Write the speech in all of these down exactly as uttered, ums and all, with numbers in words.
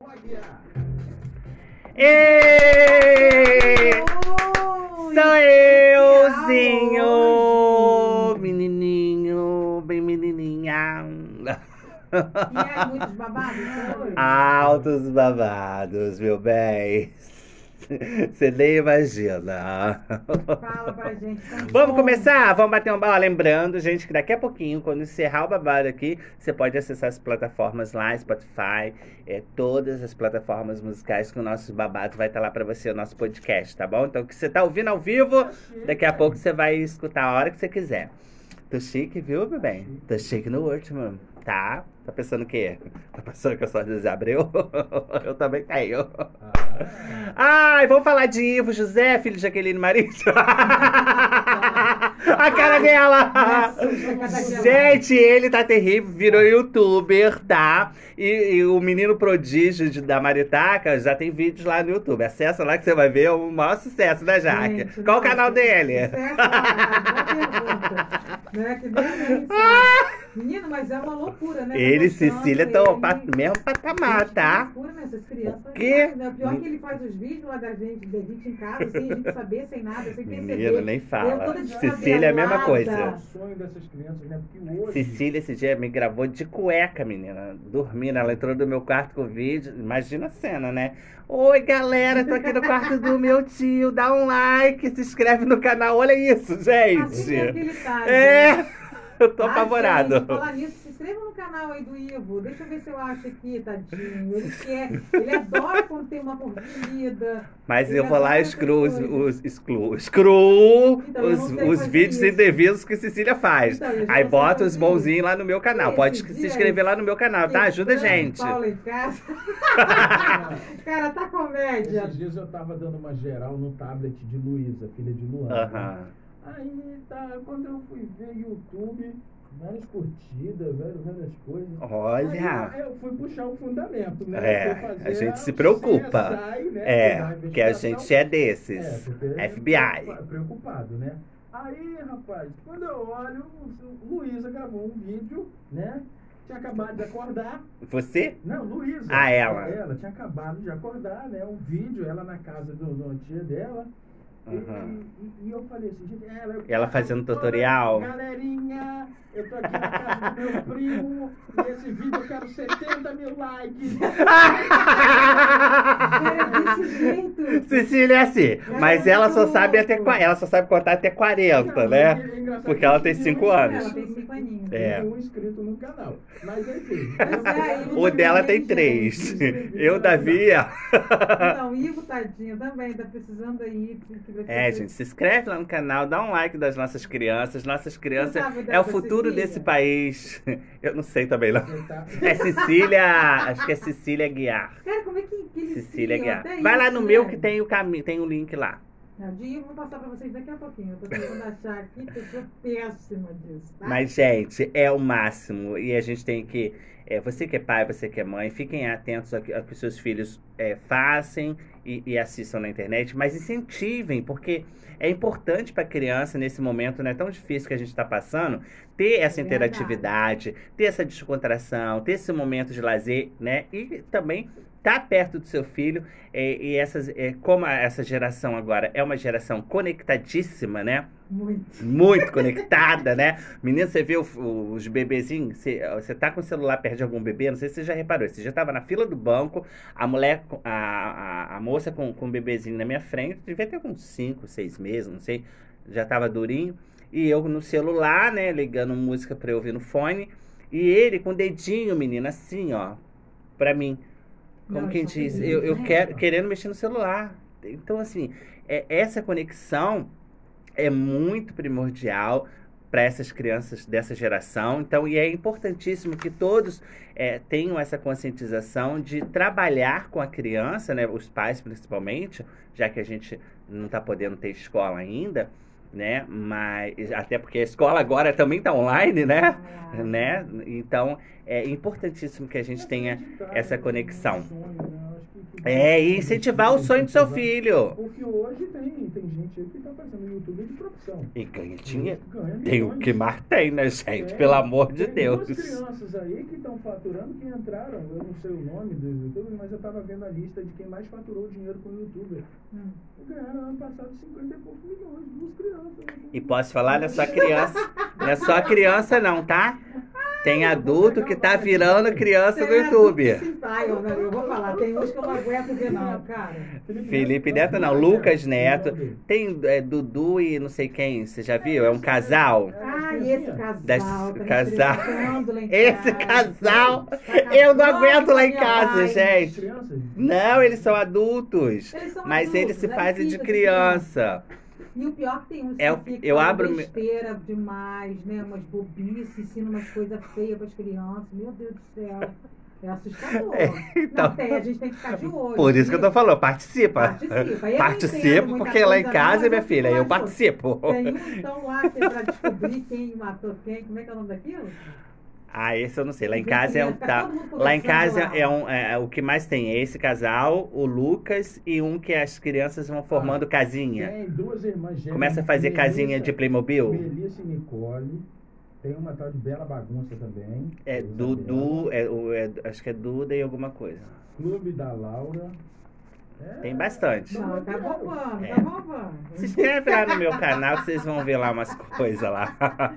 Ei! Sou euzinho! Menininho, bem menininha. E aí, muitos babados? Altos babados, meu bem. Você nem imagina. Fala pra gente. Vamos começar? Vamos bater uma bola. Lembrando, gente, que daqui a pouquinho, quando encerrar o babado aqui, você pode acessar as plataformas lá, Spotify, é, todas as plataformas musicais que o nosso babado vai estar lá pra você, o nosso podcast, tá bom? Então, o que você tá ouvindo ao vivo, daqui a pouco você vai escutar a hora que você quiser. Tô chique, viu, meu bem? Tô chique no último, tá? Tá pensando o quê? Tá pensando que eu sou de José Abreu? Eu também tenho. Ai, vamos falar de Ivo José, filho de Jaqueline Marins? A cara dela! Gente, ele tá terrível, virou youtuber, tá? E, e o menino prodígio de, da Maritaca já tem vídeos lá no YouTube. Acessa lá que você vai ver, é o maior sucesso da Jaque. Gente, Qual não, o canal dele? Sucesso, não é que nem nem sabe. Menino, mas é uma loucura, né? Ele e Tá mostrando Cecília estão ele- no mesmo patamar, Gente, tá? que loucura, né? Essas crianças. O quê? Né? O pior é que ele faz os vídeos lá da gente, da gente em casa, sem a gente saber, sem nada, sem perceber. Menino, nem Eu fala. toda Cecília é a mesma descabelada. coisa. É o sonho dessas crianças, né? Porque hoje... Cecília esse dia me gravou de cueca, menina. Dormindo, ela entrou no meu quarto com o vídeo. Imagina a cena, né? Oi, galera, tô aqui no quarto do meu tio. Dá um like, se inscreve no canal. Olha isso, Assim é que gente. ele tá, É, gente. eu tô Ah, apavorado. gente, falar nisso, se inscreva no canal aí do Ivo. Deixa eu ver se eu acho aqui, tadinho. Ele quer, ele adora quando tem uma mordida. Mas Ele eu vou lá e adora excluo os, essas coisas. os, excluo, excluo Então, eu os, não sei os fazer vídeos isso. indevidos que Cecília faz. Então, eu já Aí não sei bota os fazer bonzinhos lá no meu canal. Esse Pode se dia inscrever lá no meu canal, tá? Ajuda a Quebrando gente. Paulo em casa. Cara, tá comédia. Esses dias eu tava dando uma geral no tablet de Luísa, filha de Luana. Aham. Aí, tá, quando eu fui ver YouTube, várias curtidas, várias, várias coisas. Olha. Aí eu, eu fui puxar o fundamento, né? É, Fui fazer a gente se o preocupa. C S I, né? É, Pegar a porque a investigação. gente é desses. porque F B I. preocupa- Preocupado, né? Aí, rapaz, quando eu olho, o Luísa gravou um vídeo, né? Tinha acabado de acordar. Você? Não, Luísa. Ah, ela. Ela tinha acabado de acordar, né? Um vídeo, ela na casa do, do tia dela. E- Uhum. E, e eu falei assim, gente, ela, eu Ela quero- fazendo Olha, tutorial. Galerinha, eu tô aqui na casa do meu primo. Nesse vídeo eu quero setenta mil likes. É desse jeito. Cecília é assim, mas é ela muito só sabe louco. até qua- ela só sabe contar até quarenta, Não, né? é engraçado Porque ela que tem eu cinco tenho um anos. Ela tem cinco aninhos. É. um inscrito no canal. Mas enfim. Pois é, eu- eu- O dela tem Gente, três. gente. Eu, Davi. Então, Ivo, tadinho, também tá precisando aí. que vai ser- É, gente, se inscreve lá no canal, dá um like das nossas crianças. Nossas crianças sabe da- é o da futuro Cecília? desse país. Eu não sei também, não. Você tá- É Cecília, acho que é Cecília Guiar. Cara, como é que, que eles Cecília criam? Guiar. Até Vai lá isso, no meu né? que tem o caminho, tem o link lá. Não, de Ivo, vou passar pra vocês daqui a pouquinho. Eu tô tentando achar aqui, que eu sou péssima disso, tá? Mas, gente, é o máximo. E a gente tem que. É, você que é pai, você que é mãe, fiquem atentos ao que, ao que os seus filhos é, façam e, e assistam na internet, mas incentivem, porque é importante para a criança, nesse momento não é tão difícil que a gente está passando, ter essa É verdade. interatividade, ter essa descontração, ter esse momento de lazer, né? E também estar perto do seu filho. É, e essas, é, como a- essa geração agora é uma geração conectadíssima, né? Muito. Muito conectada, né? Menina, você vê o- o- os bebezinhos, você, você tá com o celular perto de algum bebê, não sei se você já reparou, você já tava na fila do banco, a mulher, com- a, a, a moça com, com o bebezinho na minha frente, devia ter uns cinco, seis meses, não sei, já tava durinho, e eu no celular, né, ligando música pra eu ouvir no fone, e ele com o dedinho, menina, assim, ó, pra mim, como Não, quem isso é diz, terrível, eu, eu né? quero, querendo mexer no celular. Então, assim, é, essa conexão é muito primordial para essas crianças dessa geração. Então, e é importantíssimo que todos é, tenham essa conscientização de trabalhar com a criança, né, os pais principalmente, já que a gente não está podendo ter escola ainda, né? Mas até porque a escola agora também está online, né? Ah, né? Então, é importantíssimo que a gente tenha essa conexão. Sonho, né? Eu acho que- que- É, e incentivar o sonho do seu filho. Porque hoje tem, tem gente gente que tá fazendo no YouTube de profissão. E ganha dinheiro. Ganha Tem o milhões. que mais tem, né, gente? É, Pelo amor de tem Deus. duas crianças aí que estão faturando, que entraram, eu não sei o nome do YouTube, mas eu estava vendo a lista de quem mais faturou dinheiro com o YouTuber. Hum. Ganharam ano passado cinquenta e poucos milhões, duas crianças. E posso falar, não é só criança, não é só criança não, tá? Tem adulto que tá virando criança no Tem YouTube. adulto que se vai, ó, meu, eu vou falar, tem uns que eu não aguento ver não, cara. Felipe Neto não, Lucas Neto. Tem é, Dudu e não sei quem, você já viu? É um casal. Ah, e esse casal, Das- tá me casal. estressando lá em Esse casa. casal, Tá eu não acabando aguento lá em com a minha casa, vibe. gente. Crianças? Não, eles são adultos. Eles são Mas adultos, eles se é fazem de filho criança. E o pior que tem uns É, que eu falam abro- besteira demais, né? Umas bobices, ensinam umas coisas feias para as crianças. Meu Deus do céu. É assustador. então- Não, tem, a gente tem que ficar de olho. Por isso que eu tô falando, participa. Participa. Eu não entendo Participa, muita porque lá em coisa, casa, não, minha mas filha, fico eu lá junto. participo. Tem um então lá que é pra descobrir quem matou quem. Como é que é o nome daquilo? Ah, esse eu não sei. Lá em Fica casa é um. todo Tá, mundo lá em conversando casa lá. é um. É, o que mais tem é esse casal, o Lucas e um que as crianças vão formando casinha. Tem duas irmãs gêmeas. Começa a fazer Melissa- casinha de Playmobil. Melissa e Nicole. Tem uma tal de Bela Bagunça também. É Isabela. Dudu, é, o- é, acho que é Duda e alguma coisa. Clube da Laura. É, Tem bastante. Não, tá roubando, É. tá roubando. Se inscreve lá no meu canal que vocês vão ver lá umas coisas lá.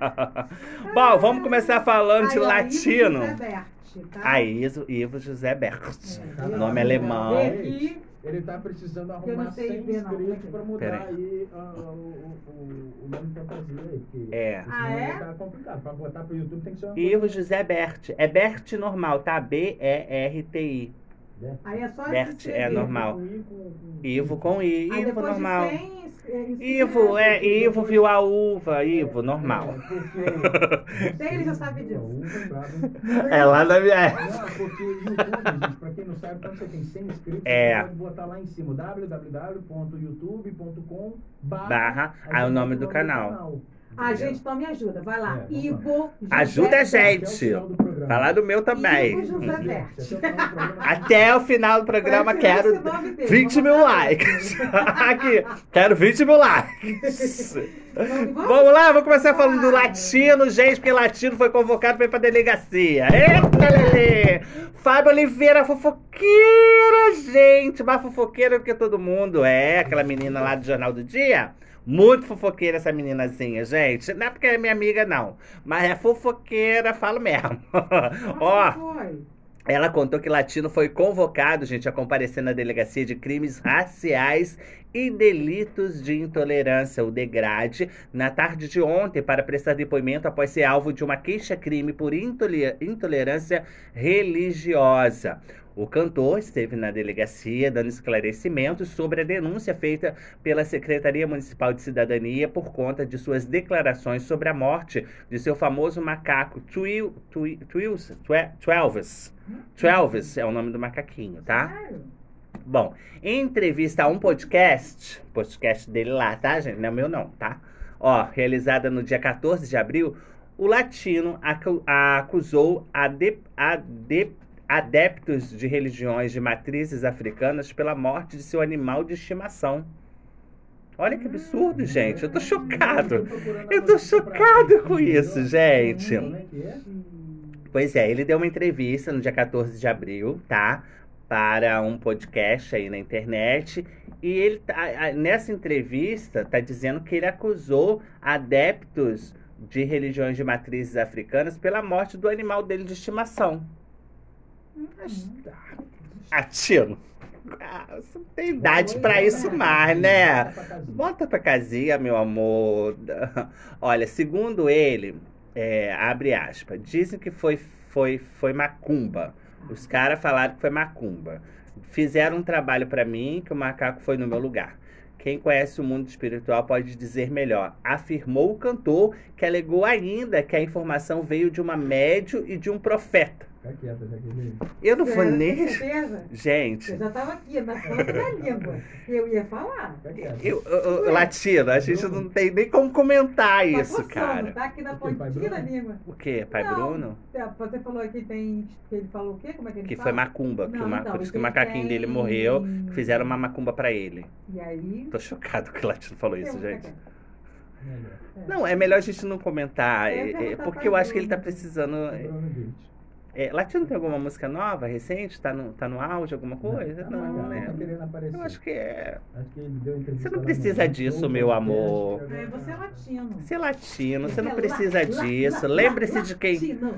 Bom, vamos começar falando de Aí, ó, latino. Ivo José Berti, tá? A Iso, Ivo José Berti. É, Nome eu- alemão. Vê aqui. Ele tá precisando Eu arrumar não sei cem ver, não. inscritos pra mudar Pera aí. aí ah, o, o, o, o nome da fantasia aí. Porque É. senão Ah, é? tá complicado. Pra botar pro YouTube tem que ser uma Ivo coisa... José Berti. É Berti normal, tá? B E R T I. né? Aí é só Berti escrever. é normal. Com I, com- com- Ivo com I. Aí Ivo depois normal. de cem, é, inscreve, Ivo, é, depois- Ivo viu a uva. Ivo, normal. É, porque... Até ele já sabe disso. Não, uva é brabo. É lá na minha. Não, porque YouTube, gente, pra quem não sabe, quando você tem cem inscritos, É. você pode botar lá em cima, w w w ponto youtube ponto com Barra, aí o nome do canal. Ah, gente, então me ajuda. Vai lá. É, vamos Ivo José Ajuda a Berti. gente. Falar do meu também. Ivo José Berti. Até o final do programa Vai quero esse nome dele, vinte vamos mil botar likes. Aqui, quero vinte mil likes. Vamos? Vamos lá, vou começar falando do latino, gente, porque latino foi convocado para ir pra delegacia. Eita, Lelê! Fábio Oliveira, fofoqueira, gente. Mais fofoqueira do que todo mundo. É, aquela menina lá do Jornal do Dia. Muito fofoqueira essa meninazinha, gente. Não é porque é minha amiga, não. Mas é fofoqueira, falo mesmo. Ó, Foi. ela contou que latino foi convocado, gente, a comparecer na delegacia de crimes raciais e delitos de intolerância, o DEGRADE, na tarde de ontem para prestar depoimento após ser alvo de uma queixa-crime por intole- intolerância religiosa. O cantor esteve na delegacia dando esclarecimentos sobre a denúncia feita pela Secretaria Municipal de Cidadania por conta de suas declarações sobre a morte de seu famoso macaco Twil, Twil, Twils, Twe- Twelves. Twelves é o nome do macaquinho, tá? Sério? Bom, em entrevista a um podcast, podcast dele lá, tá, gente? Não é meu não, tá? Ó, realizada no dia quatorze de abril, o latino acu- acusou a de, a de, adeptos de religiões de matrizes africanas pela morte de seu animal de estimação. Olha que absurdo, gente. Eu tô chocado. Eu tô chocado com isso, gente. Como é que é? Pois é, ele deu uma entrevista no dia quatorze de abril, tá? Para um podcast aí na internet. E ele tá, a- nessa entrevista tá dizendo que ele acusou adeptos de religiões de matrizes africanas pela morte do animal dele de estimação. Atino. Ah, você não tem idade pra isso mais, né? Volta pra casinha, meu amor. Olha, segundo ele, é, abre aspas, dizem que foi, foi, foi macumba. Os caras falaram que foi macumba. Fizeram um trabalho pra mim que o macaco foi no meu lugar. Quem conhece o mundo espiritual pode dizer melhor. Afirmou o cantor, que alegou ainda que a informação veio de uma médium e de um profeta. Fica quieta, Jaqueline. Eu não vou Sério, nem... tem certeza? Gente, Eu já tava aqui, na ponta da língua. Eu ia falar. Fica quieta. eu, eu, eu- Latino, a gente não tem nem como comentar Tá isso, coçando, cara. Tá aqui na O quê, pai pontinha da Bruno? língua. O quê? Pai Não, Bruno? é, Você falou aqui tem. Que ele falou o quê? Como é que ele Que fala? foi macumba, que Não, o ma- então, por isso que o ele macaquinho dele tem- morreu, fizeram uma macumba pra ele. E aí. Tô chocado que o Latino falou eu isso, vou gente. ficar Melhor. quieta. Não, é melhor a gente não comentar, Eu ia é- é, perguntar porque pra eu acho que ele tá Bruno. precisando... é, Bruno Beach. é, Latino tem alguma música nova, recente? Tá no, tá no auge, alguma coisa? Tá Não, legal, né? tá querendo aparecer. Eu acho que é... Acho que ele deu entrevista Você não lá precisa no- disso, no meu podcast, amor. agora- É, você é latino. Você é latino, você não É precisa lá, disso. lá, lá, Lembre-se lá, de quem... latino.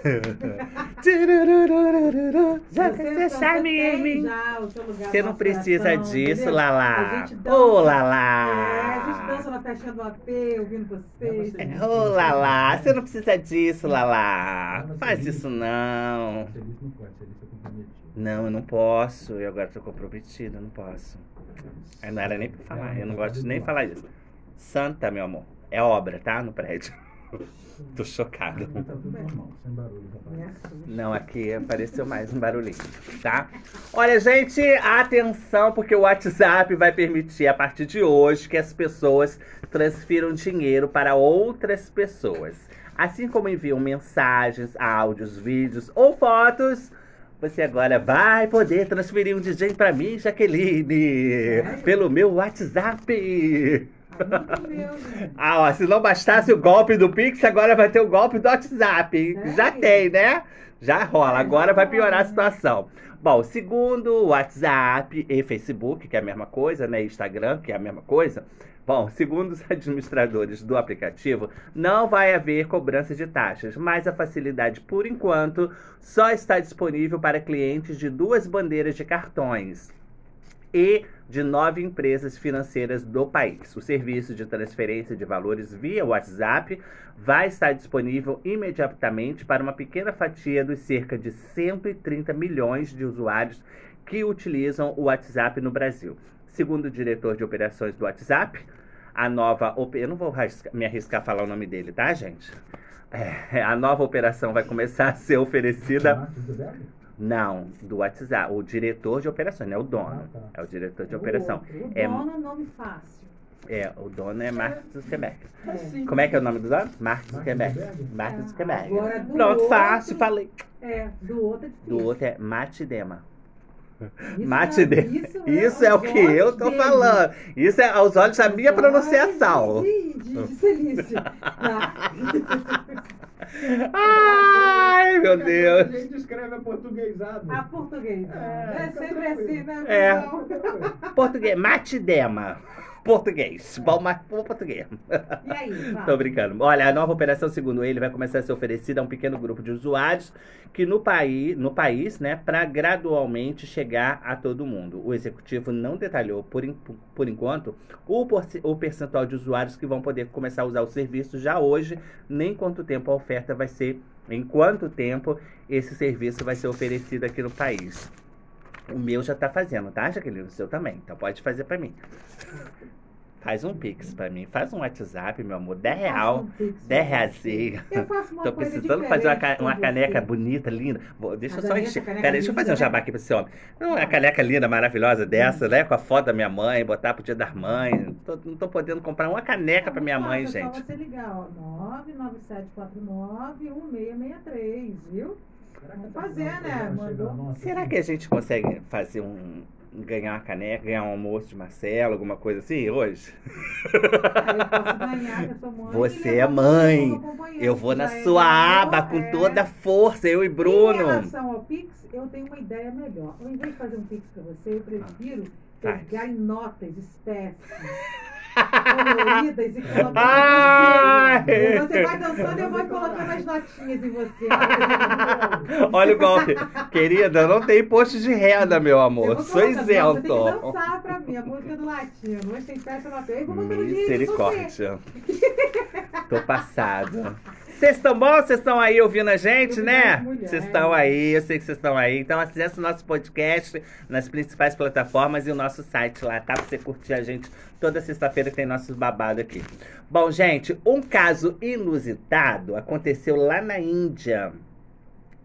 Turururururu, Já Você, que você você sabe tem mim. já o seu lugar Você no não nosso precisa coração, disso, entendeu? Lala. A gente dança. Ô, É, a gente Lala. dança na festinha do A P, ouvindo vocês. É, você- Ô, Lala, você não precisa disso, Lala. Não, você Faz diz. isso não. Feliz não pode, feliz é comprometido. Não, eu não posso. Eu agora tô comprometida, eu não posso. Aí não era nem pra falar, eu não gosto de nem falar isso. Santa, meu amor. É obra, tá? No prédio. Tô chocado. Aqui tá tudo normal, sem barulho, Me rapaz. assusta. Não, aqui apareceu mais um barulhinho, tá? Olha, gente, atenção, porque o WhatsApp vai permitir, a partir de hoje, que as pessoas transfiram dinheiro para outras pessoas. Assim como enviam mensagens, áudios, vídeos ou fotos, você agora vai poder transferir um D J para mim, Jaqueline, Sério? pelo meu WhatsApp. Ai, meu Deus, gente. Ah, ó, se não bastasse o golpe do Pix, agora vai ter o golpe do WhatsApp. Sério? Já tem, né? Já rola. Agora vai piorar a rola, né? situação. Bom, segundo o WhatsApp e Facebook, que é a mesma coisa, né? Instagram, que é a mesma coisa. Bom, segundo os administradores do aplicativo, não vai haver cobrança de taxas, mas a facilidade, por enquanto, só está disponível para clientes de duas bandeiras de cartões e de nove empresas financeiras do país. O serviço de transferência de valores via WhatsApp vai estar disponível imediatamente para uma pequena fatia dos cerca de cento e trinta milhões de usuários que utilizam o WhatsApp no Brasil. Segundo o diretor de operações do WhatsApp, a nova... op- Eu não vou arrisca- me arriscar a falar o nome dele, tá, gente? É, a nova operação vai começar a ser oferecida... Marcos Zuckerberg? Não, do WhatsApp. O diretor de operações, não é o dono. Ah, tá. É o diretor de O operação. outro, O É- dono é nome fácil. É, o dono é Mark Zuckerberg. Assim. Como é que é o nome do dono? Mark Mark Zuckerberg. Zuckerberg? Mark É, Zuckerberg. agora do Pronto, outro- fácil, falei. É, do outro é difícil. Do outro é Matidema. Isso Matidema. é- Isso é o aos que eu olhos tô dele. falando. Isso é aos olhos da minha Aos pronunciação. olhos De, de, de Celício. Tá? Ai, meu A Deus. gente escreve aportuguesado. A português. É, É, fica sempre tranquilo. assim, né? É. Não. Português. Matidema. Português. Bom, mas bom português. E aí? Fala. Tô brincando. Olha, a nova operação, segundo ele, vai começar a ser oferecida a um pequeno grupo de usuários que no país, no país, né, para gradualmente chegar a todo mundo. O executivo não detalhou, por, en- por enquanto, o, porce- o percentual de usuários que vão poder começar a usar o serviço já hoje, nem quanto tempo a oferta vai ser, em quanto tempo esse serviço vai ser oferecido aqui no país. O meu já tá fazendo, tá, Jaqueline? O seu também. Então pode fazer pra mim. Faz um Pix pra mim. Faz um WhatsApp, meu amor. dez Eu faço real. um pix dez pra reais. você. Eu faço uma Tô coisa precisando fazer uma, ca- diferente uma com caneca você. bonita, linda. Vou- deixa eu Mas só a encher. essa caneca Pera, deixa eu fazer um linda, jabá né? aqui pra esse homem. Uma caneca linda, maravilhosa dessa, né? Com a foto da minha mãe, botar pro dia das mães. Tô- não tô podendo comprar uma caneca pra minha mãe, É gente. só você ligar, ó. nove nove sete quatro nove um seis seis três, viu? Será que Vamos tá fazer, precisando né? chegar Mandou. a nossa Será aqui? que a gente consegue fazer um. Ganhar uma caneca, ganhar um almoço de Marcelo, alguma coisa assim hoje? Aí eu posso ganhar, que eu sou mãe. Você e é levar mãe. como acompanhante. Eu vou na Já é sua melhor, aba com é. toda a força, eu e Em Bruno. relação ao Pix, eu tenho uma ideia melhor. Ao invés de fazer um Pix pra você, eu prefiro Faz. pegar em notas espécies coloridas e colocar Ai! em você. Você vai dançando e eu vou colocando as notinhas em você. Olha o golpe. Querida, não tem imposto de renda, meu Eu amor. vou Sou colocando, não, Você tem que isento. dançar pra mim, a música do latino. Hoje tem festa na P. Eu vou botando dinheiro em você. Misericórdia. Tô passado. Vocês estão bons? Vocês estão aí ouvindo a gente, Eu né? vi mulher. Vocês estão aí, eu sei que vocês estão aí. Então acesse o nosso podcast nas principais plataformas e o nosso site lá, tá? Pra você curtir a gente toda sexta-feira que tem nossos babados aqui. Bom, gente, um caso inusitado aconteceu lá na Índia.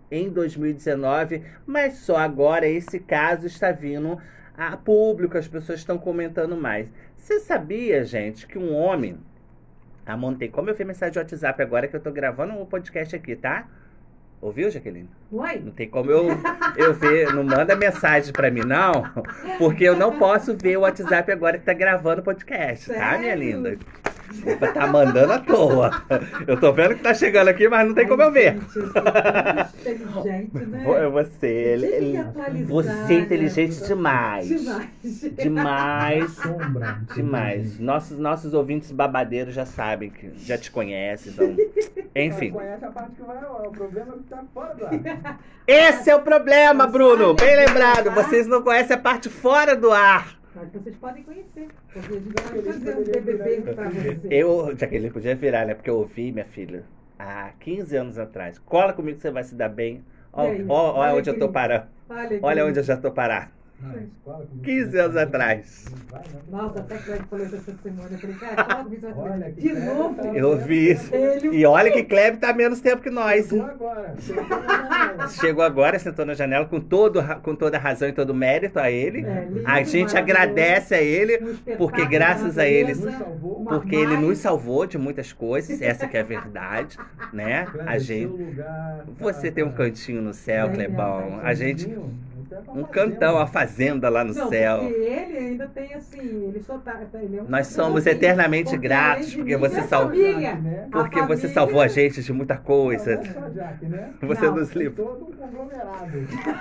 em dois mil e dezenove, mas só agora esse caso está vindo a público, as pessoas estão comentando mais. Você sabia, gente, que um homem... Ah, montei. Como eu fiz mensagem de WhatsApp agora que eu tô gravando um podcast aqui, tá? Ouviu, Jaqueline? Oi? Não tem como eu, eu ver, não manda mensagem pra mim, não, porque eu não posso ver o WhatsApp agora que tá gravando o podcast, tá, Sério? minha linda? Tá mandando à toa. Eu tô vendo que tá chegando aqui, mas não tem como eu ver. Gente, eu sou muito inteligente, né? Vo- Você, ele- Tive que ele- atualizar, você é inteligente né? demais. Demais. Demais. Sombra. Demais. Nossos, nossos ouvintes babadeiros já sabem, que já te conhecem, então... Enfim. Conhece a parte que vai, o problema é que tá fora do ar. Esse é o problema, Bruno. Bem lembrado. Vocês não conhecem a parte fora do ar. Mas vocês podem conhecer. Porque a gente vai fazer um B B B pra você. Eu, Jaqueline, podia virar, né? Porque eu ouvi, minha filha, há quinze anos atrás. Cola comigo que você vai se dar bem. Ó, E aí? ó, ó Olha onde eu tô aqui. parando. Olha, Olha aqui. onde eu já tô parado. Na escola, comigo, quinze anos atrás. Vai, não. Nossa, até que ele falou isso essa semana. Eu falei, cara, como isso vai Olha fazer? que De pega, novo? tá- Eu vi isso. Ele- E olha que Kleber tá menos tempo que nós. Chegou agora. Chegou agora. Chegou agora, sentou na janela com, todo, com toda a razão e todo o mérito a ele. É, lindo, A gente maravilhoso. agradece a ele, Um espetáculo porque da graças a ele, natureza, Nos salvou. uma porque ele mais- nos salvou de muitas coisas, essa que é a verdade, né? Kleber, A seu gente... lugar, Você tá- tem um tá- cantinho no céu, É, Clebão. minha A gente... Até pra Um fazenda. cantão, a fazenda lá no Não, céu. porque ele ainda tem assim, ele só tá, ele é um Nós santo somos assim, eternamente porque gratos, além de porque mim, você é salvou- família. Né? A Porque você família- salvou a gente de muita coisa. Não, não só Jack, né? Você Não, nos Tem livrou. todo um conglomerado.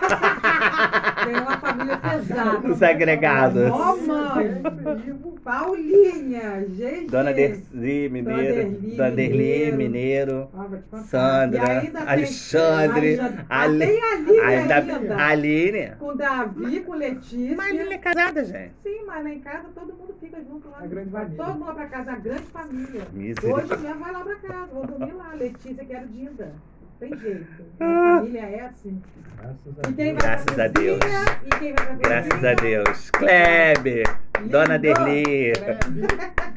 Tem uma família pesada. Os agregados. Ó, mãe, Paulinha, gente. Dona Derli Mineiro, Derli Dona Derli Mineiro. Mineiro, Ah, vou te contar. Sandra, E ainda tem- Alexandre, Alexandre. Ale- Ah, tem a Aline ainda- ainda. Aline. Com Davi, com Letícia. Mas ele é casada, gente. Sim, mas lá em casa todo mundo fica junto lá. A grande vai família. todo mundo lá pra casa, a grande família. Misericórdia. Hoje mesmo vai lá pra casa, vou dormir lá. Letícia, quero Dinda. Tem jeito. Ah. Minha família é assim. Graças E a quem Deus. vai Graças pra a Deus. cozinha, E quem vai pra Graças cozinha, a Deus. Kleber, Dona Lindo. Derli. Kleber.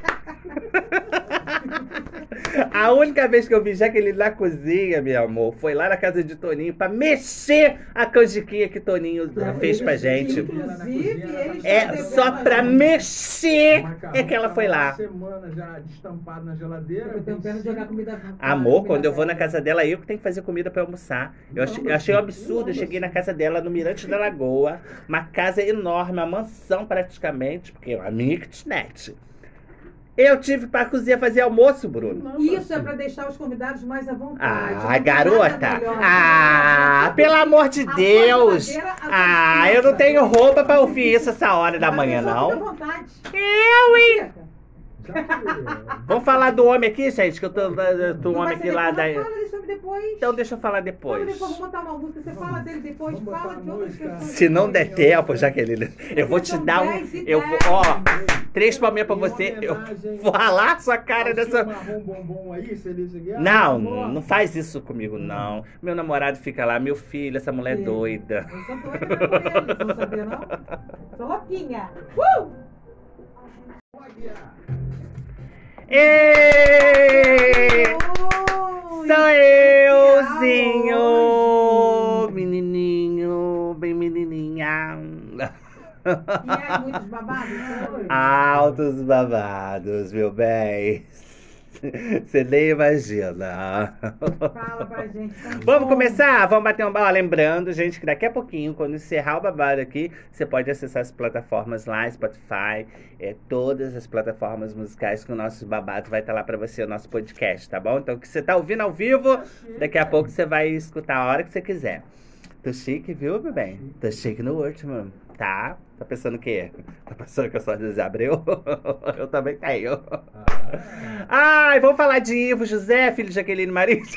A única vez que eu vi Jaqueline na cozinha, meu amor, foi lá na casa de Toninho pra mexer a canjiquinha que Toninho fez pra gente. Inclusive, ele É só pra mexer Macarrão é que ela foi tava lá. uma semana já destampado na geladeira. Eu tenho pena de jogar comida. Amor, comida quando eu vou na velha. casa dela, eu que tenho que fazer comida pra almoçar. Eu achei, eu achei um absurdo. Eu cheguei na casa dela no Mirante da Lagoa, uma casa enorme, uma mansão praticamente, porque é a minha kitnet. Eu tive pra cozinhar fazer almoço, Bruno. Isso é pra deixar os convidados mais à vontade. Ah, Não tem garota! nada melhor. Ah, pelo amor de A Deus! sua geladeira, a sua Ah, eu não tenho roupa pra ouvir isso essa hora da manhã, Fica à não. vontade. Eu, hein? Fica. Já que- Vamos falar do homem aqui, gente, que eu tô do Não homem vai aqui ser lá da... depois, Fala desse homem depois. Então deixa eu falar Fala depois. depois, vamos botar uma música. Você fala dele depois, Vamos fala botar de outras música. pessoas. Se não der depois. tempo, Jaqueline, eu vou te São dar um... dez e Eu vou, dez. ó, três palminhas pra Em você, eu homenagem vou ralar a sua cara ao dessa... seu marrom bombom aí, Celícia Guiar, Não, por favor. não faz isso comigo, não. Meu namorado fica lá, meu filho, essa mulher é Sim. doida. Eu sou doida pra comer eles, não sabia não? Sou louquinha. Uh! Olha, Ei! Oi, Sou euzinho, hoje. menininho, bem menininha. E é muitos babados? Oi. Altos babados, meu bem. Você nem imagina. Fala pra gente. tá Vamos bom? começar? Vamos bater um... Ó, lembrando, gente, que daqui a pouquinho, quando encerrar o babado aqui, você pode acessar as plataformas lá, Spotify, é, todas as plataformas musicais que o nosso babado vai estar lá pra você, o nosso podcast, tá bom? Então, o que você tá ouvindo ao vivo, daqui a pouco você vai escutar a hora que você quiser. Tô chique, viu, meu bem? Tô chique no último, tá? Tá pensando o quê? Tá pensando que eu só desabriu? Eu também tenho. Ai, vamos falar de Ivo José, filho de Jaqueline Marins?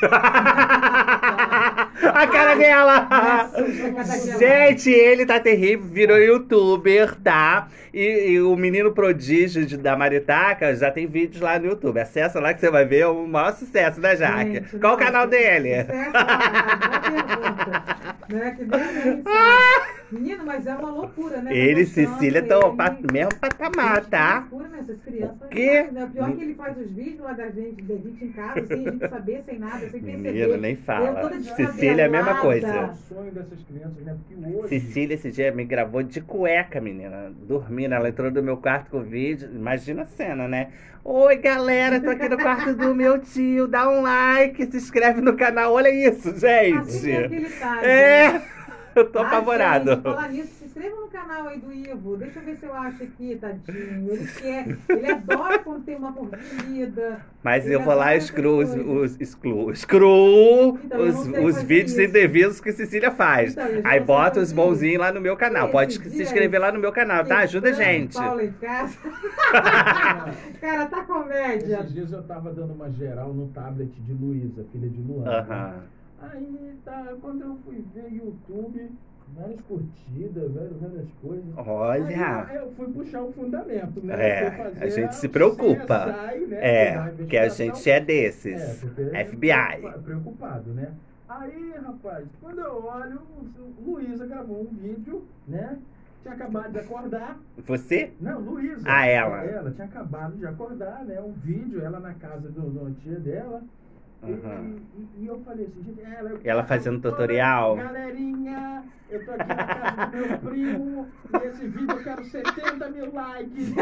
A cara dela! Gente, ele tá terrível, virou youtuber, tá? E, e o menino prodígio de- da Maritaca já tem vídeos lá no YouTube. Acessa lá que você vai ver, é o maior sucesso, né, Jaque? Gente, Qual o nossa, canal dele? sucesso, boa pergunta. Né, que nem nem sabe. Menino, mas é uma loucura, né? Ele e Tá mostrando Cecília estão ele- ao pa- mesmo patamar, Gente, tá? que loucura, né? Essas crianças. O quê? Né? O pior é que ele faz os vídeos lá da gente, da gente em casa, sem a gente saber, sem nada, sem Menino, perceber. nem Eu fala. toda Cecília é a mesma descabelada. coisa. É o sonho dessas crianças, né? Porque hoje... Cecília esse dia me gravou de cueca, menina. Dormindo, ela entrou no meu quarto com o vídeo. Imagina a cena, né? Oi, galera, tô aqui no quarto do meu tio. Dá um like, se inscreve no canal. Olha isso, Assim gente. é que ele tá, gente. É, eu tô Ah, apavorado. gente, falar nisso, se inscreva no canal aí do Ivo. Deixa eu ver se eu acho aqui, tadinho. Ele quer, ele adora quando tem uma comida. Mas Ele eu vou lá adora e excluo os, essas coisas. os, excluo, excluo Então, eu os, não sei os fazer vídeos isso. indevidos que Cecília faz. Então, eu já Aí não sei bota fazer os bonzinhos lá no meu canal. Esse Pode dia se inscrever lá no meu canal, tá? Ajuda a Quebrando gente. Paula em casa. Cara, tá comédia. Esses dias eu tava dando uma geral no tablet de Luísa, filha de Luana. né? Aham. Aí, tá, quando eu fui ver YouTube, várias curtidas, várias, várias coisas. Olha. Aí eu, eu fui puxar o fundamento, né? É, Fui fazer a gente se o preocupa. C S I, né? É, Pegar a porque a investigação. gente é desses. É, porque F B I. preocupa- Preocupado, né? Aí, rapaz, quando eu olho, o Luísa gravou um vídeo, né? Tinha acabado de acordar. Você? Não, Luísa. Ah, ela. Ela tinha acabado de acordar, né? Um vídeo, ela na casa do, do tia dela. E- Uhum. E, e eu falei assim, gente, ela, eu Ela quero- fazendo Olha, tutorial. Galerinha, eu tô aqui na casa do meu primo. Nesse vídeo eu quero setenta mil likes.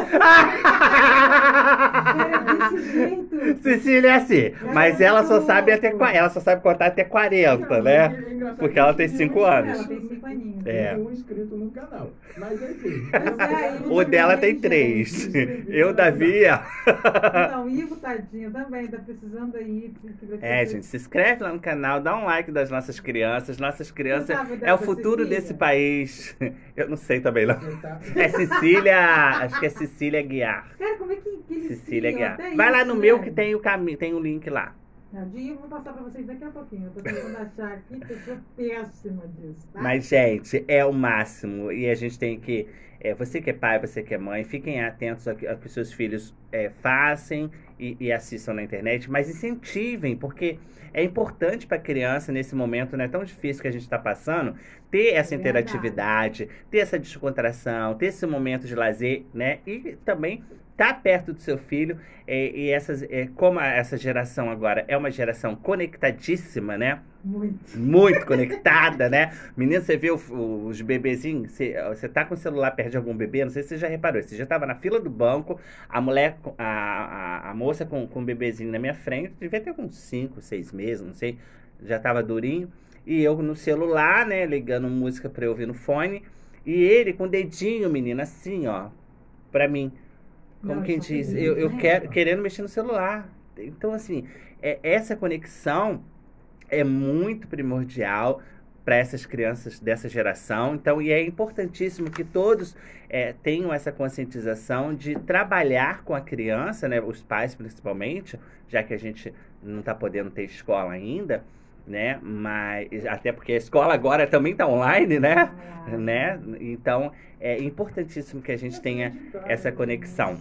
É desse jeito. Cecília é assim, mas ela só sabe até qua- ela só sabe contar até quarenta, Não, né? é engraçado Porque que ela eu tem tive cinco um anos. Ela tem cinco aninhos. É. um inscrito no canal. Mas enfim. Pois é, eu O dela tem também, três. gente. Eu, Davi. Então, o Ivo, tadinho, também tá precisando aí. que vai É, ser- gente, se inscreve lá no canal, dá um like das nossas crianças. Nossas crianças sabe é o da futuro Cecília? desse país. Eu não sei também, não. Você tá- É Cecília, acho que é Cecília Guiar. Cara, como é que, que eles Cecília criam? Guiar. Até Vai lá isso, no meu né? que tem o caminho, tem o link lá. Não, de Ivo eu vou passar pra vocês daqui a pouquinho. Eu tô tentando achar aqui, porque eu sou péssima disso, tá? Mas, gente, é o máximo. E a gente tem que. É, você que é pai, você que é mãe, fiquem atentos ao que, ao que seus filhos é, façam e, e assistam na internet, mas incentivem, porque é importante para a criança, nesse momento não é tão difícil que a gente está passando, ter essa É verdade. interatividade, ter essa descontração, ter esse momento de lazer, né? E também estar perto do seu filho. É, e essas, é, como a- essa geração agora é uma geração conectadíssima, né? Muito. Muito conectada, né? Menino, você vê o- o- os bebezinhos, você, você tá com o celular perto de algum bebê, não sei se você já reparou, você já tava na fila do banco, a mulher, com- a, a, a moça com, com o bebezinho na minha frente, devia ter uns cinco, seis meses, não sei, já tava durinho, e eu no celular, né, ligando música pra eu ouvir no fone, e ele com o dedinho, menina, assim, ó, pra mim, como Não, quem isso é diz, terrível, eu, eu né? quero, querendo mexer no celular. Então, assim, é, essa conexão é muito primordial para essas crianças dessa geração. Então, e é importantíssimo que todos é, tenham essa conscientização de trabalhar com a criança, né, os pais principalmente, já que a gente não está podendo ter escola ainda, né? Mas até porque a escola agora também está online, né? Ah, né? Então, é importantíssimo que a gente tenha essa conexão.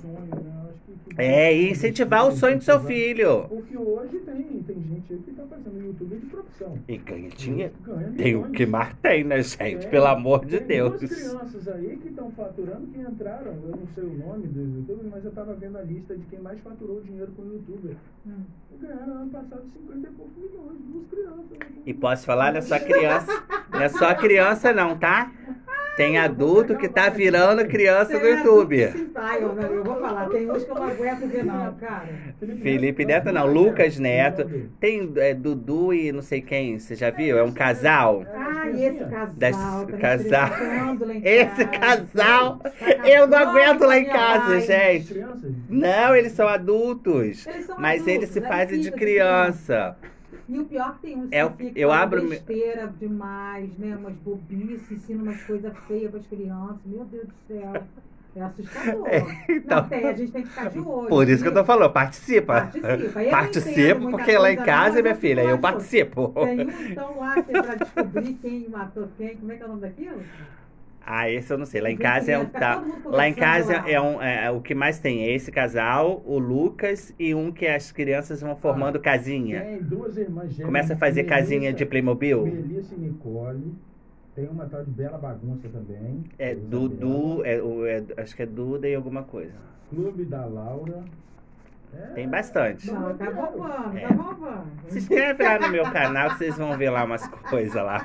É, e incentivar o sonho do seu filho. Porque hoje tem, tem gente aí que tá fazendo YouTube de profissão. E ganha dinheiro. Ganha Tem o milhões. que mais tem, né, gente? É, Pelo amor de tem Deus. duas crianças aí que estão faturando, que entraram, eu não sei o nome do YouTube, mas eu tava vendo a lista de quem mais faturou dinheiro com o YouTuber. Hum. Ganharam ano passado cinquenta e poucos milhões, duas crianças. E posso falar, não é só criança, não é só criança não, tá? Tem adulto que tá virando criança no Tem YouTube. adulto sem pai, ó, velho, eu vou falar, tem uns que eu não aguento ver não, cara. Felipe Neto não, Lucas Neto. Tem é, Dudu e não sei quem, você já viu? É um casal. Ah, e esse casal, Das- tá me casal. estressando lá em Esse casa. casal, Tá eu não acabando aguento lá em com a minha casa, live. gente. Crianças? Não, eles são adultos. Eles são Mas adultos, eles se aí fazem de fica criança. E o pior que tem uns É o- que ficam eu falando abro me- besteira demais, né? Umas bobices, ensinam umas coisas feias para as crianças. Meu Deus do céu. É assustador. então- Não, tem, a gente tem que ficar de olho. Por isso que eu tô falando, participa. Participa. Eu não entendo Participo, muita porque lá em coisa, casa, não, minha mas filha, eu acho- participo. Tem um então lá que é pra descobrir quem matou quem. Como é que é o nome daquilo? Ah, esse eu não sei. Lá em Fica casa é um. todo Tá, mundo lá em casa conversando lá. é um. É, o que mais tem é esse casal, o Lucas e um que as crianças vão formando casinha. Tem duas irmãs gêmeas. Começa a fazer Melissa- casinha de Playmobil. Melissa e Nicole. Tem uma tal de Bela Bagunça também. É Dudu, é, o- é, acho que é Duda e alguma coisa. Clube da Laura. É, Tem bastante. Não, tá bombando, É. tá bombando. Se inscreve lá no meu canal que vocês vão ver lá umas coisas lá.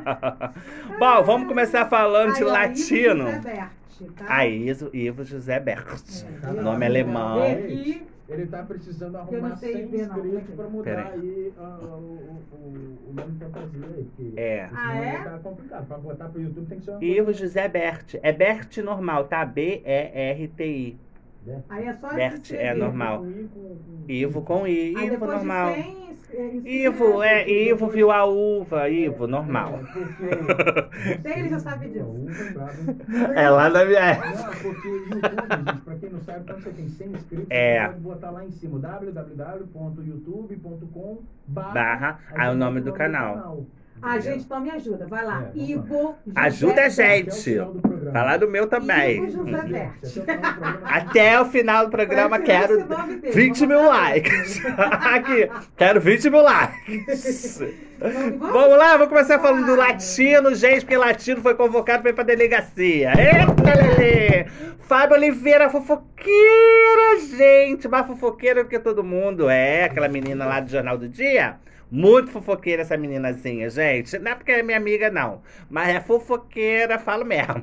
Bom, vamos começar falando de Aí, ó, latino. Ivo José Berti, tá? A Iso, Ivo José Bert. É, Nome eu- alemão. Vê aqui. Ele tá precisando Eu arrumar não sei cem ver, não. inscritos pra mudar Pera aí. aí ah, o, o, o, o nome pra fazer aí. Porque É. senão Ah, é? tá complicado. Pra botar pro YouTube tem que ser uma Ivo coisa... José Bert. É Bert normal, tá? B E R T I. né? Aí é só Bert se é inscrever. normal. Com I, com- com- Ivo com I. Aí Ivo depois de normal. cem, é, inscreve, Ivo, é, filho. Ivo viu a uva. Ivo, normal. É, porque... Até ele já sabe disso. Não, é brabo. É lá na minha. Não, porque YouTube, gente, pra quem não sabe, quando você tem cem inscritos, É. você pode botar lá em cima, w w w ponto youtube ponto com Barra, aí o nome do canal. Ah, gente, então me ajuda. Vai lá. É, vamos Ivo José Ajuda a Berti. gente. Falar do meu também. Ivo José Berti. Até o final do programa Vai tirar quero esse nome dele, vinte vamos mil botar likes. Aqui, quero vinte mil likes. Vamos? Vamos lá, vou começar falando do latino, gente, porque latino foi convocado para ir pra delegacia. Eita, Lelê! Fábio Oliveira, fofoqueira, gente. Mais fofoqueira do que todo mundo. É, aquela menina lá do Jornal do Dia. Muito fofoqueira essa meninazinha, gente. Não é porque é minha amiga, não. Mas é fofoqueira, falo mesmo.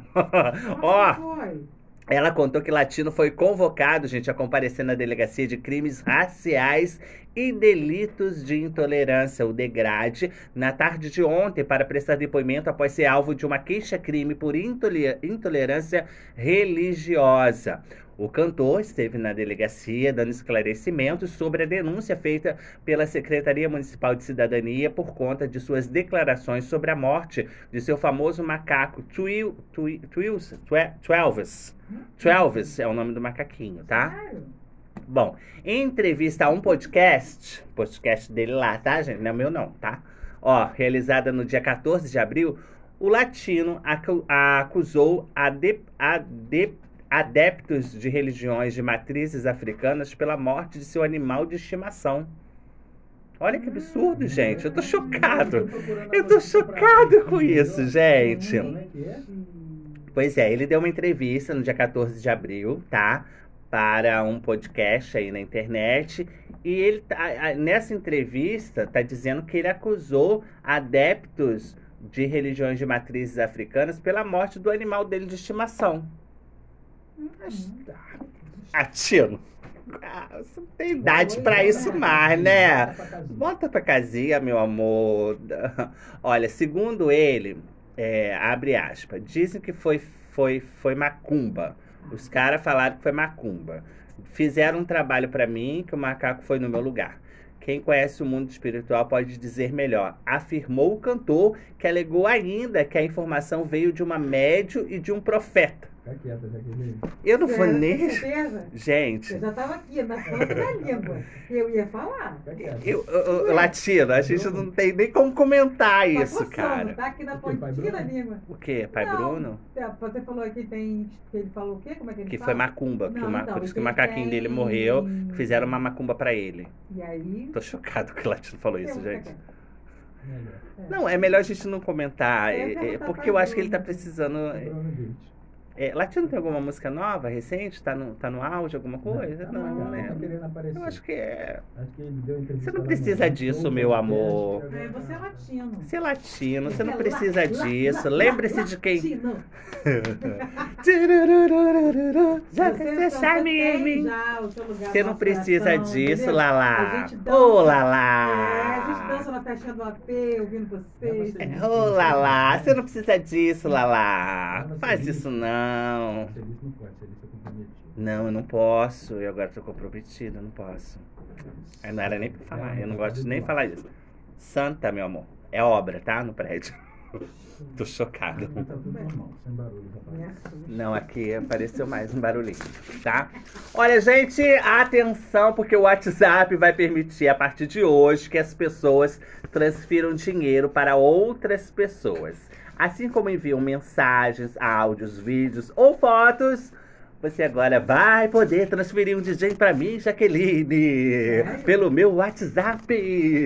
Ó, Foi. ela contou que latino foi convocado, gente, a comparecer na delegacia de crimes raciais e delitos de intolerância, o DEGRADE, na tarde de ontem para prestar depoimento após ser alvo de uma queixa-crime por intole- intolerância religiosa. O cantor esteve na delegacia dando esclarecimentos sobre a denúncia feita pela Secretaria Municipal de Cidadania por conta de suas declarações sobre a morte de seu famoso macaco Twil, Twil, Twils- Twe- Twelves. Twelves é o nome do macaquinho, tá? Sério? Bom, em entrevista a um podcast, podcast dele lá, tá, gente? Não é o meu não, tá? Ó, realizada no dia quatorze de abril, o latino acu- acusou a de, a de, adeptos de religiões de matrizes africanas pela morte de seu animal de estimação. Olha que absurdo, gente. Eu tô chocado. Eu tô chocado com isso, gente. Pois é, ele deu uma entrevista no dia quatorze de abril, tá? Para um podcast aí na internet. E ele tá, nessa entrevista tá dizendo que ele acusou adeptos de religiões de matrizes africanas pela morte do animal dele de estimação. Atino. Ah, você não tem idade pra isso mais, né? Volta pra casinha, meu amor. Olha, segundo ele, é, abre aspas, dizem que foi, foi, foi macumba. Os caras falaram que foi macumba. Fizeram um trabalho pra mim que o macaco foi no meu lugar. Quem conhece o mundo espiritual pode dizer melhor. Afirmou o cantor, que alegou ainda que a informação veio de uma médium e de um profeta. Fica quieta, Jaqueline. Eu não vou Sério, nem... tem certeza? Gente, Eu já tava aqui, na ponta da língua. Eu ia falar. Fica quieta. eu, eu, eu- Latino, a gente não tem nem como comentar Tá isso, coçando, cara. Tá aqui na O quê, pai pontinha da Bruno? língua. O quê? Pai Não, Bruno? é, Você falou aqui tem. Que ele falou o quê? Como é que ele Que fala? foi macumba, que Não, o ma... então, por isso que o ele macaquinho tem- dele morreu, fizeram uma macumba pra ele. E aí. Tô chocado que o Latino falou isso, eu vou gente. ficar Melhor. quieta. Não, é melhor a gente não comentar, É, é, é, perguntar porque pra eu acho que ele tá Bruno. precisando... é, Bruno Ditt. é, Latino tem alguma música nova, recente? Tá no, tá no auge, alguma coisa? Tá Não, marcado, né? tá querendo aparecer. Eu acho que é... Acho que ele deu entrevista Você não lá precisa no- disso, no meu podcast, amor. agora- É, você é latino. Você é latino, você não É precisa la- disso. la- Lembre-se la- de quem... latino. Já Você- você você sabe tem mim. já o seu lugar Você no não nosso precisa coração, disso, entendeu? Lalá. A gente dança. Ô, É, a gente Lalá. dança na festinha do A P, ouvindo vocês. É, você- Ô, Lalá. Você não precisa disso, Lalá. Faz isso não. Ser isso não pode, ser isso é comprometido. Não, eu não posso. Eu agora tô comprometido, eu não posso. Aí não era nem pra falar. Eu não gosto de nem falar isso. Santa, meu amor. É obra, tá? No prédio. Tô chocado. Aqui tá tudo normal, sem barulho. rapaz. Não, aqui apareceu mais um barulhinho, tá? Olha, gente, atenção, porque o WhatsApp vai permitir, a partir de hoje, que as pessoas transfiram dinheiro para outras pessoas. Assim como enviam mensagens, áudios, vídeos ou fotos, você agora vai poder transferir um D J para mim, Jaqueline, pelo meu WhatsApp.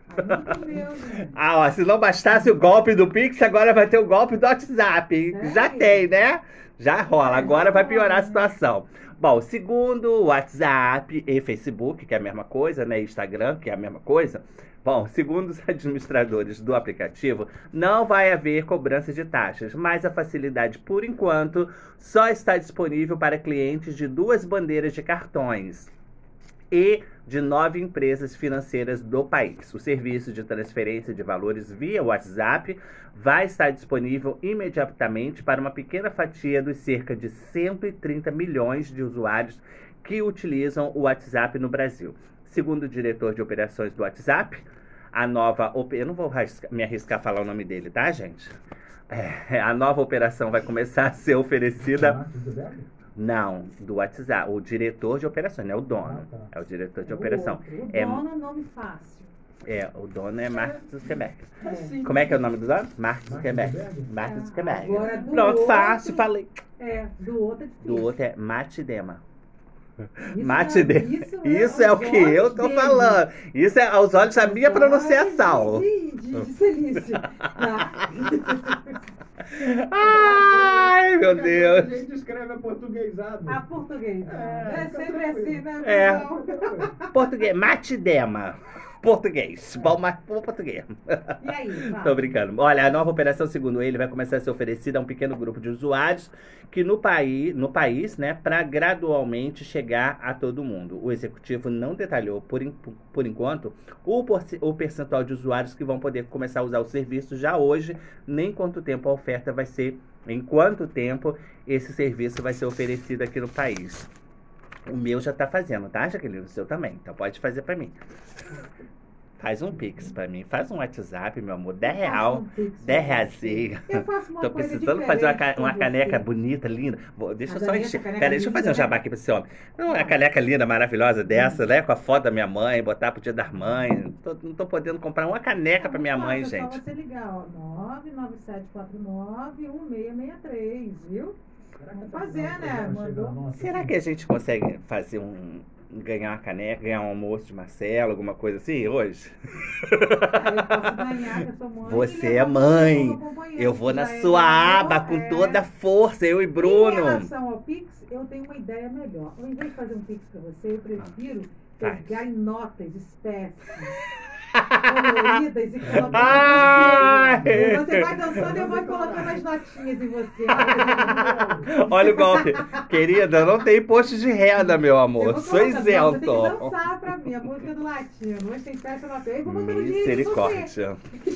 Ai, meu Deus, gente. Ah, ó, se não bastasse o golpe do Pix, agora vai ter o golpe do WhatsApp. Sério? Já tem, né? Já rola, agora vai piorar a rola, né? situação. Bom, segundo o WhatsApp e Facebook, que é a mesma coisa, né? Instagram, que é a mesma coisa. Bom, segundo os administradores do aplicativo, não vai haver cobrança de taxas, mas a facilidade, por enquanto, só está disponível para clientes de duas bandeiras de cartões e de nove empresas financeiras do país. O serviço de transferência de valores via WhatsApp vai estar disponível imediatamente para uma pequena fatia dos cerca de cento e trinta milhões de usuários que utilizam o WhatsApp no Brasil. Segundo o diretor de operações do WhatsApp, a nova... Eu não vou me arriscar a falar o nome dele, tá, gente? É, a nova operação vai começar a ser oferecida... Não, do WhatsApp. O diretor de operações, não é o dono. Ah, tá. É o diretor de O operação. outro. O É, dono é nome fácil. é, o dono é Mark Zuckerberg. Assim, Como é que é o nome do dono? Mark Zuckerberg. Zuckerberg? Mark É, Zuckerberg. agora do Pronto, outro- fácil, falei. É, do outro é difícil. Do outro é Matidema. Isso Matidema. é- Isso, Isso é o aos que olhos eu tô dele. falando. Isso é aos olhos da minha Aos olhos pronunciação. De, de, de silício. Tá? Ai, meu A Deus. gente escreve aportuguesado. A português. É, É, fica sempre tranquilo. assim, né? É. Não. Português. Matidema. Português. Bom, mas bom português. E aí, vai. Tô brincando. Olha, a nova operação, segundo ele, vai começar a ser oferecida a um pequeno grupo de usuários que no país, no país, né, para gradualmente chegar a todo mundo. O executivo não detalhou, por, in- por enquanto, o, porci- o percentual de usuários que vão poder começar a usar o serviço já hoje, nem quanto tempo a oferta vai ser, em quanto tempo esse serviço vai ser oferecido aqui no país. O meu já tá fazendo, tá, Jaqueline? O seu também. Então pode fazer pra mim. Faz um Pix pra mim. Faz um WhatsApp, meu amor. dez real. dez reais. Eu faço uma Tô coisa precisando fazer uma, ca- diferente uma com caneca você. bonita, linda. Vou- deixa eu Mas só a encher. minha caneca Pera, deixa eu fazer um linda, jabá né? aqui pra esse homem. Uma Ah. caneca linda, maravilhosa dessa, né? Com a foto da minha mãe, botar pro dia das mães. Tô- não tô podendo comprar uma caneca pra minha mãe, É só gente. você ligar, ó. nove nove sete quatro nove um seis seis três, viu? Vamos fazer, né? Mandou. Será que a gente consegue fazer um. Ganhar uma caneca, ganhar um almoço de Marcelo, alguma coisa assim hoje? Aí eu posso ganhar, que eu sou mãe. Você e é levar mãe. como companheiro, Eu vou que na já é sua meu, aba com é. toda a força, eu e Em Bruno. relação ao Pix, eu tenho uma ideia melhor. Ao invés de fazer um Pix pra você, eu prefiro Faz. pegar em notas espécies coloridas e colocar Ai! em você. Você vai dançando e eu vou colocando as notinhas em você. Olha o golpe. Querida, não tem imposto de renda, meu Eu amor. vou Sou colocar- Não, você tem que isento. dançar pra mim, a música do latino. Hoje tem festa na P. Eu vou botando dinheiro em você. Misericórdia.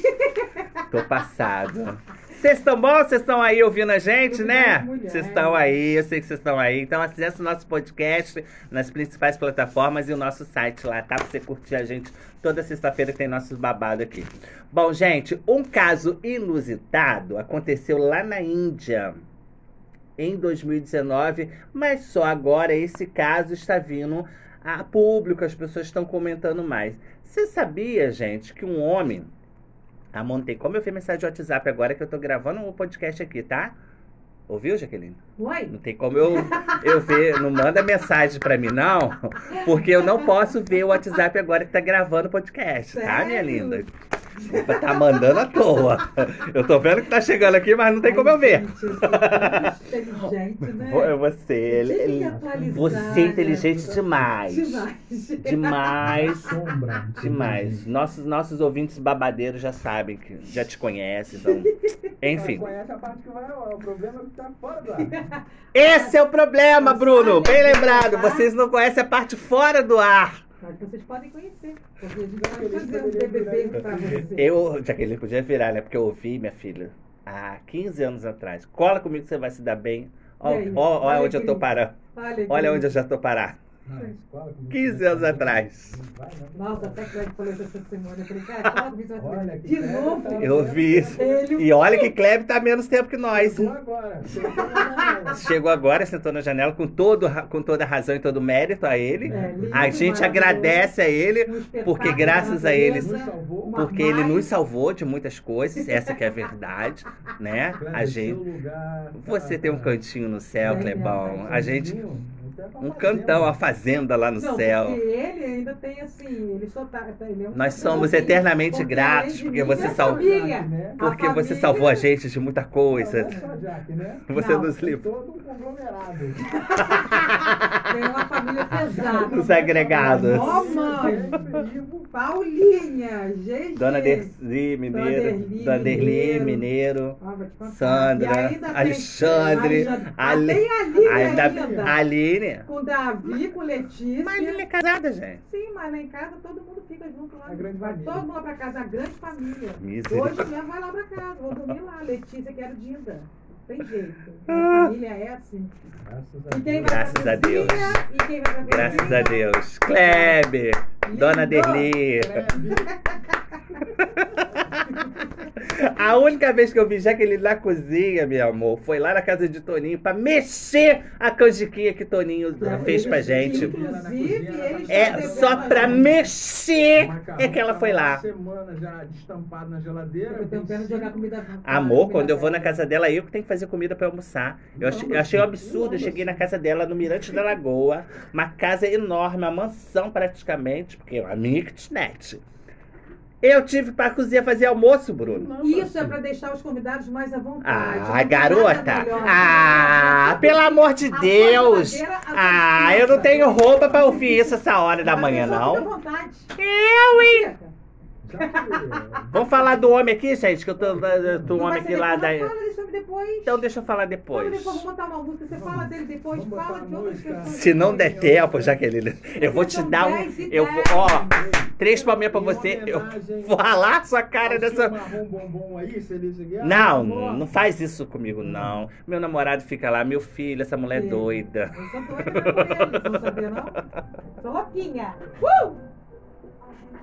Tô passado. Vocês estão bons? Vocês estão aí ouvindo a gente, Eu né? vi mulher. Vocês estão aí, eu sei que vocês estão aí. Então acesse o nosso podcast nas principais plataformas e o nosso site lá, tá? Pra você curtir a gente toda sexta-feira que tem nossos babados aqui. Bom, gente, um caso inusitado aconteceu lá na Índia em dois mil e dezenove, mas só agora esse caso está vindo a público, as pessoas estão comentando mais. Você sabia, gente, que um homem... Ah, montei. Como eu vi mensagem de WhatsApp agora que eu tô gravando o podcast aqui, tá? Ouviu, Jaqueline? Oi? Não tem como eu, eu ver. Não manda mensagem pra mim, não. Porque eu não posso ver o WhatsApp agora que tá gravando o podcast, tá, minha Sério? linda? Tá mandando à toa. Eu tô vendo que tá chegando aqui, mas não tem como eu ver. Gente, eu sou tão inteligente, né? Vo- Você, Eu tive que ele- atualizar, você é inteligente né? demais. Demais. Demais. Sombra. Demais. Nossos, nossos ouvintes babadeiros já sabem, que já te conhecem, então. Enfim. Ela conhece a parte que vai ao ar. O problema é que tá fora do ar. Esse é o problema, Bruno. Bem lembrado. Vocês não conhecem a parte fora do ar. Mas vocês podem conhecer. Porque a gente vai fazer um B B B pra você. Eu, Jaqueline, podia virar, né? Porque eu ouvi, minha filha, há quinze anos atrás. Cola comigo que você vai se dar bem. Ó, E aí? ó, ó Olha onde eu tô aqui. parando. Olha, Olha aqui. onde eu já tô parado. Na escola, comigo, quinze anos atrás. Vai, não. Nossa, até que ele falou isso essa semana. Eu falei, cara, qual que você vai Olha fazer? que De cara, novo? tá- Eu vi isso. Ele- E olha que Kleber tá menos tempo que nós. Chegou agora. Chegou agora. Chegou agora, sentou na janela com, todo, com toda a razão e todo o mérito a ele. É, lindo, A gente maravilhoso. agradece a ele, Um espetáculo porque da graças a ele, natureza, Nos salvou. uma porque ele mais- nos salvou de muitas coisas, essa que é a verdade, né? A Cleber, gente... seu lugar, Você tá- tem um tá- cantinho no céu, Tem, Clebão. minha A gente... Um até pra Um fazenda. cantão, a fazenda lá no Não, céu. porque ele ainda tem assim, ele só tá, ele é um Nós santo somos assim, eternamente porque gratos, além de porque mim, você é a salvou- família. né? A Porque você família- salvou a gente de muita coisa. Não, não só Jaque, né? Você Não, nos Tem livrou. todo um conglomerado. Tem uma família pesada. Os agregados. Ó, mãe, Paulinha, gente. Dona Derli Mineiro, Derli Dona Derli Mineiro. Mineiro, Ah, vou te contar. E Sandra, ainda tem- Alexandre, Alexandre. Ah, Ale- tem a Aline ainda- ainda. Aline. Com Davi, com Letícia. Mas ele é casada, gente. Sim, mas lá em casa todo mundo fica junto lá. A grande vai família. todo mundo lá pra casa, a grande família. Misericórdia. Hoje mesmo vai lá pra casa, vou dormir lá. Letícia, que era Dinda. Tem jeito. Ah. A família é assim. Graças E a quem Deus. vai Graças pra a Deus. cozinha, E quem vai pra Graças cozinha, a Deus. Kleber, Dona Lindo. Derli. Greve. A única vez que eu vi Jaqueline na cozinha, meu amor, foi lá na casa de Toninho pra mexer a canjiquinha que Toninho É, fez pra ele- gente. Inclusive, ele está É devendo só a pra gente. mexer Macarrão é que ela foi tava lá. uma semana já destampado na geladeira. Eu tenho pena de jogar comida. Amor, comida quando eu vou na velha. casa dela, eu que tenho que fazer comida pra almoçar. Eu achei, eu achei um absurdo. Eu cheguei na casa dela, no Mirante da Lagoa. Uma casa enorme, uma mansão praticamente, porque é uma mini kitnet. Eu tive pra cozinhar fazer almoço, Bruno. Isso é pra deixar os convidados mais à vontade. Ah, Não tem garota! nada melhor. Ah, pelo amor de A Deus! geladeira, a Ah, eu não geladeira. tenho roupa pra ouvir isso essa hora da A manhã, pessoa fica à não. vontade. Eu, hein? Fica. Já que- Vamos falar do homem aqui, gente, que eu tô do Não homem vai aqui ser lá depois, da... não, fala desse homem depois. Então deixa eu falar Fala depois. depois, vamos botar uma música. Você fala dele depois, Vamos botar fala uma de outras música. pessoas. Se não der depois. tempo, Jaqueline, eu vou te São dar um... dez e Eu vou, dez. ó, três palminhas pra Em você, eu homenagem vou ralar sua cara ao dessa... seu marrom bombom aí, Celícia Guiar, Não, por favor. não faz isso comigo, não. Meu namorado fica lá, meu filho, essa mulher é Sim. doida. Eu sou doida pra comer, não sabia não? Sou louquinha. Uh!